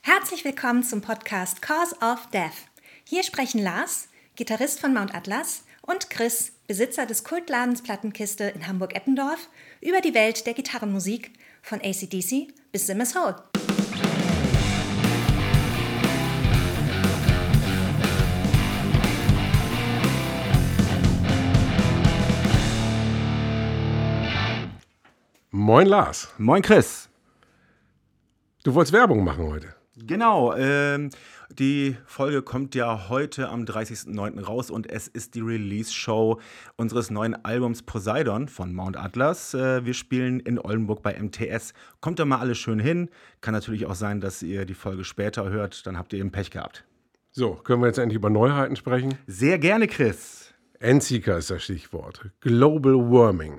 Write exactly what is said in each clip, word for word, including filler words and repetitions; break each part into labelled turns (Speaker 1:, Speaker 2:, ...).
Speaker 1: Herzlich willkommen zum Podcast Cause of Death. Hier sprechen Lars, Gitarrist von Mount Atlas, und Chris, Besitzer des Kultladens Plattenkiste in Hamburg-Eppendorf, über die Welt der Gitarrenmusik von A C D C bis Simmers Hole.
Speaker 2: Moin Lars.
Speaker 3: Moin Chris.
Speaker 2: Du wolltest Werbung machen heute.
Speaker 3: Genau, ähm, die Folge kommt ja heute am dreißigsten neunten raus und es ist die Release-Show unseres neuen Albums Poseidon von Mount Atlas. Äh, wir spielen in Oldenburg bei M T S. Kommt da mal alle schön hin. Kann natürlich auch sein, dass ihr die Folge später hört, dann habt ihr eben Pech gehabt.
Speaker 2: So, können wir jetzt endlich über Neuheiten sprechen?
Speaker 3: Sehr gerne, Chris.
Speaker 2: Endseeker ist das Stichwort. Global Warming.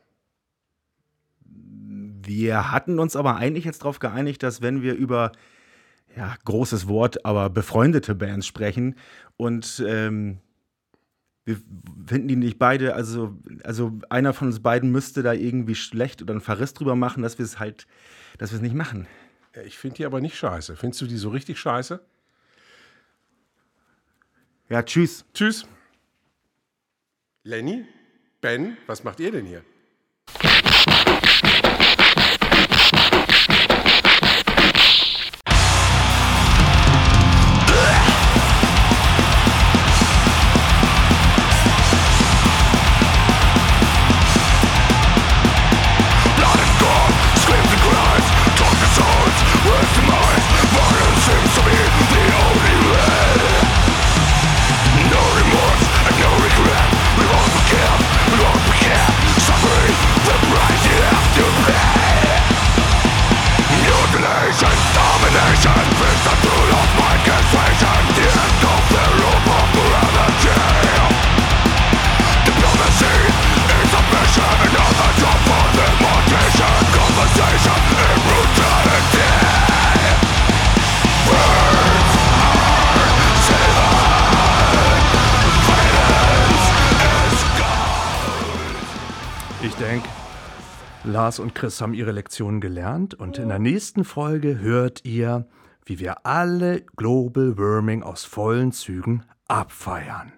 Speaker 3: Wir hatten uns aber eigentlich jetzt darauf geeinigt, dass wenn wir über, ja, großes Wort, aber befreundete Bands sprechen und ähm, wir finden die nicht beide, also, also einer von uns beiden müsste da irgendwie schlecht oder einen Verriss drüber machen, dass wir es halt, dass wir es nicht machen.
Speaker 2: Ja, ich finde die aber nicht scheiße. Findest du die so richtig scheiße?
Speaker 3: Ja, tschüss.
Speaker 2: Tschüss. Lenny? Ben? Was macht ihr denn hier?
Speaker 4: Ich denke, Lars und Chris haben ihre Lektionen gelernt und in der nächsten Folge hört ihr, wie wir alle Global Warming aus vollen Zügen abfeiern.